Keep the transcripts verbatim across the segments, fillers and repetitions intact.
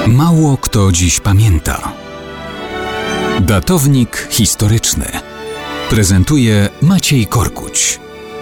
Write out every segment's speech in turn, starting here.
Mało kto dziś pamięta. Datownik historyczny prezentuje Maciej Korkuć.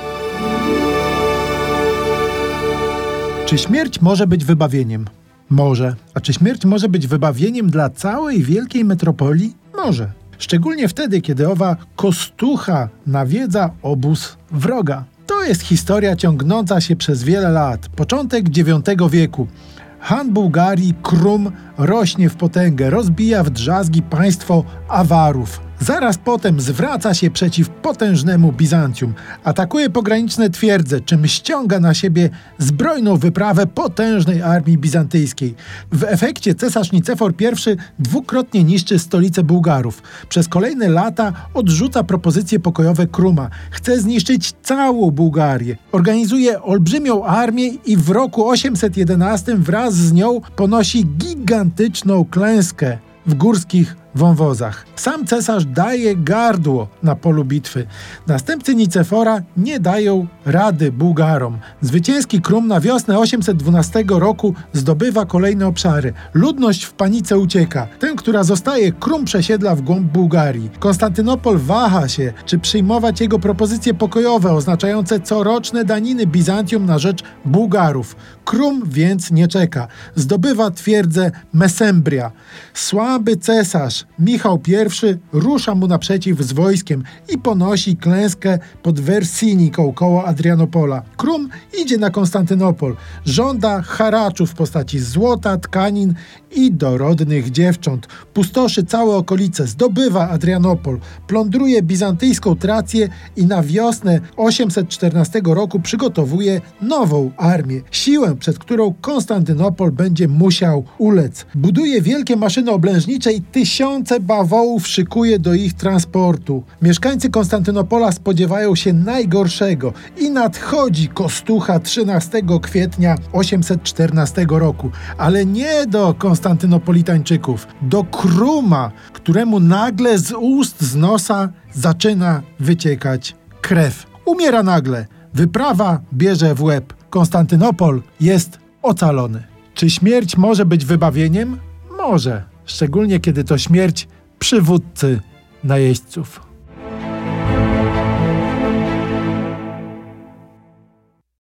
Czy śmierć może być wybawieniem? Może. A czy śmierć może być wybawieniem dla całej wielkiej metropolii? Może. Szczególnie wtedy, kiedy owa kostucha nawiedza obóz wroga. To jest historia ciągnąca się przez wiele lat. Początek dziewiątego wieku. Han Bułgarii Krum rośnie w potęgę, rozbija w drzazgi państwo Awarów. Zaraz potem zwraca się przeciw potężnemu Bizancjum. Atakuje pograniczne twierdze, czym ściąga na siebie zbrojną wyprawę potężnej armii bizantyjskiej. W efekcie cesarz Nicefor I dwukrotnie niszczy stolicę Bułgarów. Przez kolejne lata odrzuca propozycje pokojowe Kruma. Chce zniszczyć całą Bułgarię. Organizuje olbrzymią armię i w roku osiemset jedenastym wraz z nią ponosi gigantyczną klęskę w górskich wąwozach. Sam cesarz daje gardło na polu bitwy. Następcy Nicefora nie dają rady Bułgarom. Zwycięski Krum na wiosnę osiemset dwunastego roku zdobywa kolejne obszary. Ludność w panice ucieka. Tę, która zostaje, Krum przesiedla w głąb Bułgarii. Konstantynopol waha się, czy przyjmować jego propozycje pokojowe oznaczające coroczne daniny Bizancjum na rzecz Bułgarów. Krum więc nie czeka. Zdobywa twierdzę Mesembria. Słaby cesarz Michał I rusza mu naprzeciw z wojskiem i ponosi klęskę pod Wersiniką koło Adrianopola. Krum idzie na Konstantynopol, żąda haraczu w postaci złota, tkanin i dorodnych dziewcząt. Pustoszy całe okolice, zdobywa Adrianopol, plądruje bizantyjską Trację i na wiosnę osiemset czternastego roku przygotowuje nową armię. Siłę, przed którą Konstantynopol będzie musiał ulec. Buduje wielkie maszyny oblężnicze i tysiące bawołów szykuje do ich transportu. Mieszkańcy Konstantynopola spodziewają się najgorszego i nadchodzi kostucha trzynastego kwietnia osiemset czternastego roku. Ale nie do Konstantynopolitańczyków, do Kruma, któremu nagle z ust, z nosa zaczyna wyciekać krew. Umiera nagle. Wyprawa bierze w łeb. Konstantynopol jest ocalony. Czy śmierć może być wybawieniem? Może. Szczególnie kiedy to śmierć przywódcy najeźdźców.